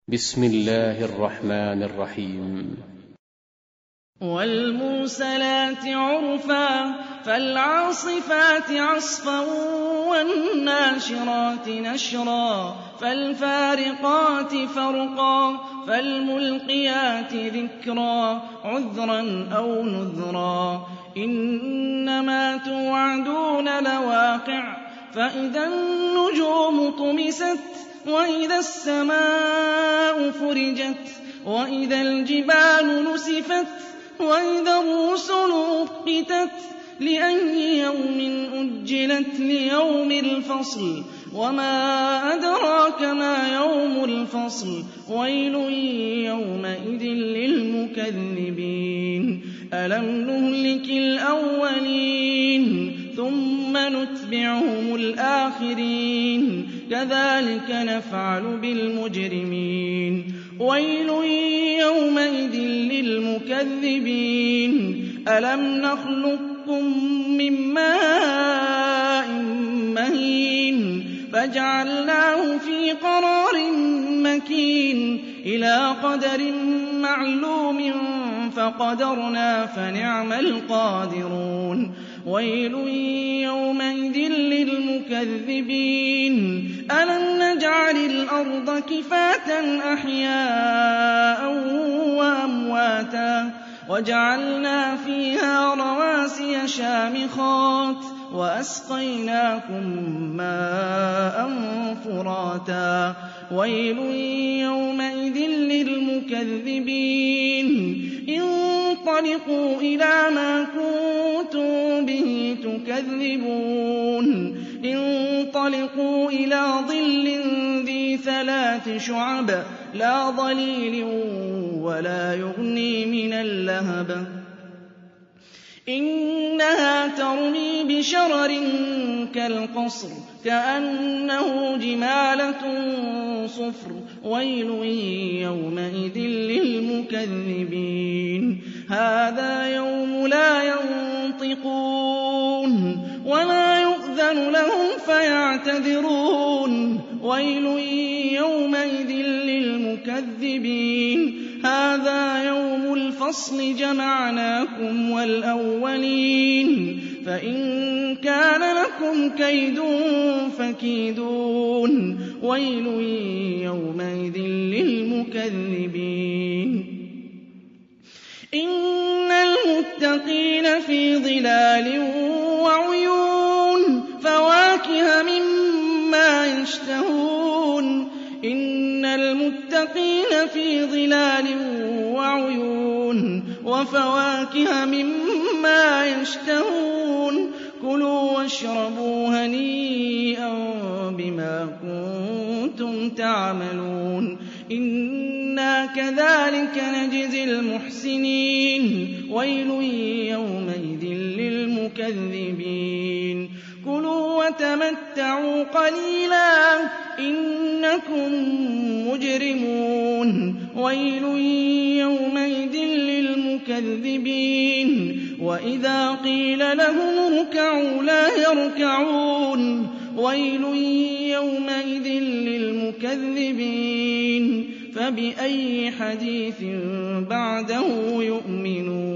بسم الله الرحمن الرحيم. والمرسلات عرفا فالعاصفات عصفا والناشرات نشرا فالفارقات فرقا فالملقيات ذكرا عذرا أو نذرا إنما توعدون لواقع فإذا النجوم طمست وإذا السماء فرجت وإذا الجبال نسفت وإذا الرسل أقتت لأي يوم أجلت ليوم الفصل وما أدراك ما يوم الفصل ويل يومئذ للمكذبين ألم نهلك الأولين ثم نتبعهم الآخرين كذلك نفعل بالمجرمين ويل يومئذ للمكذبين ألم نخلقكم من ماء مهين فجعلناه في قرار مكين إلى قدر معلوم فقدرنا فنعم القادرون ويل يومئذ للمكذبين ألم نجعل الأرض كفاة أحياء وأمواتا وجعلنا فيها رواسي شامخات وأسقيناكم ماء فراتا ويل يومئذ للمكذبين انطلقوا إلى ما كنتم به تكذبون انطلقوا إلى ظل ذي 3 شعب لا ظليل ولا يغني من اللهب إنها ترمي بشرر كالقصر كأنه جمالة صفر ويل يومئذ للمكذبين هذا يوم لا ينطقون ولا يؤذن لهم فيعتذرون ويل يومئذ للمكذبين هذا يوم الفصل جمعناكم والأولين فإن كان لكم كيد فكيدون ويل يومئذ للمكذبين إن المتقين في ظلال وعيون فواكه مما يشتهون إن المتقين في ظلال وعيون وفواكه مما يشتهون كلوا واشربوا هنيئا بما كنتم تعملون إنا كذلك نجزي المحسنين ويل يومئذ للمكذبين كلوا وتمتعوا قليلا إنكم مجرمون ويل يومئذ للمكذبين وإذا قيل لهم اركعوا لا يركعون ويل يومئذ للمكذبين فبأي حديث بعده يؤمنون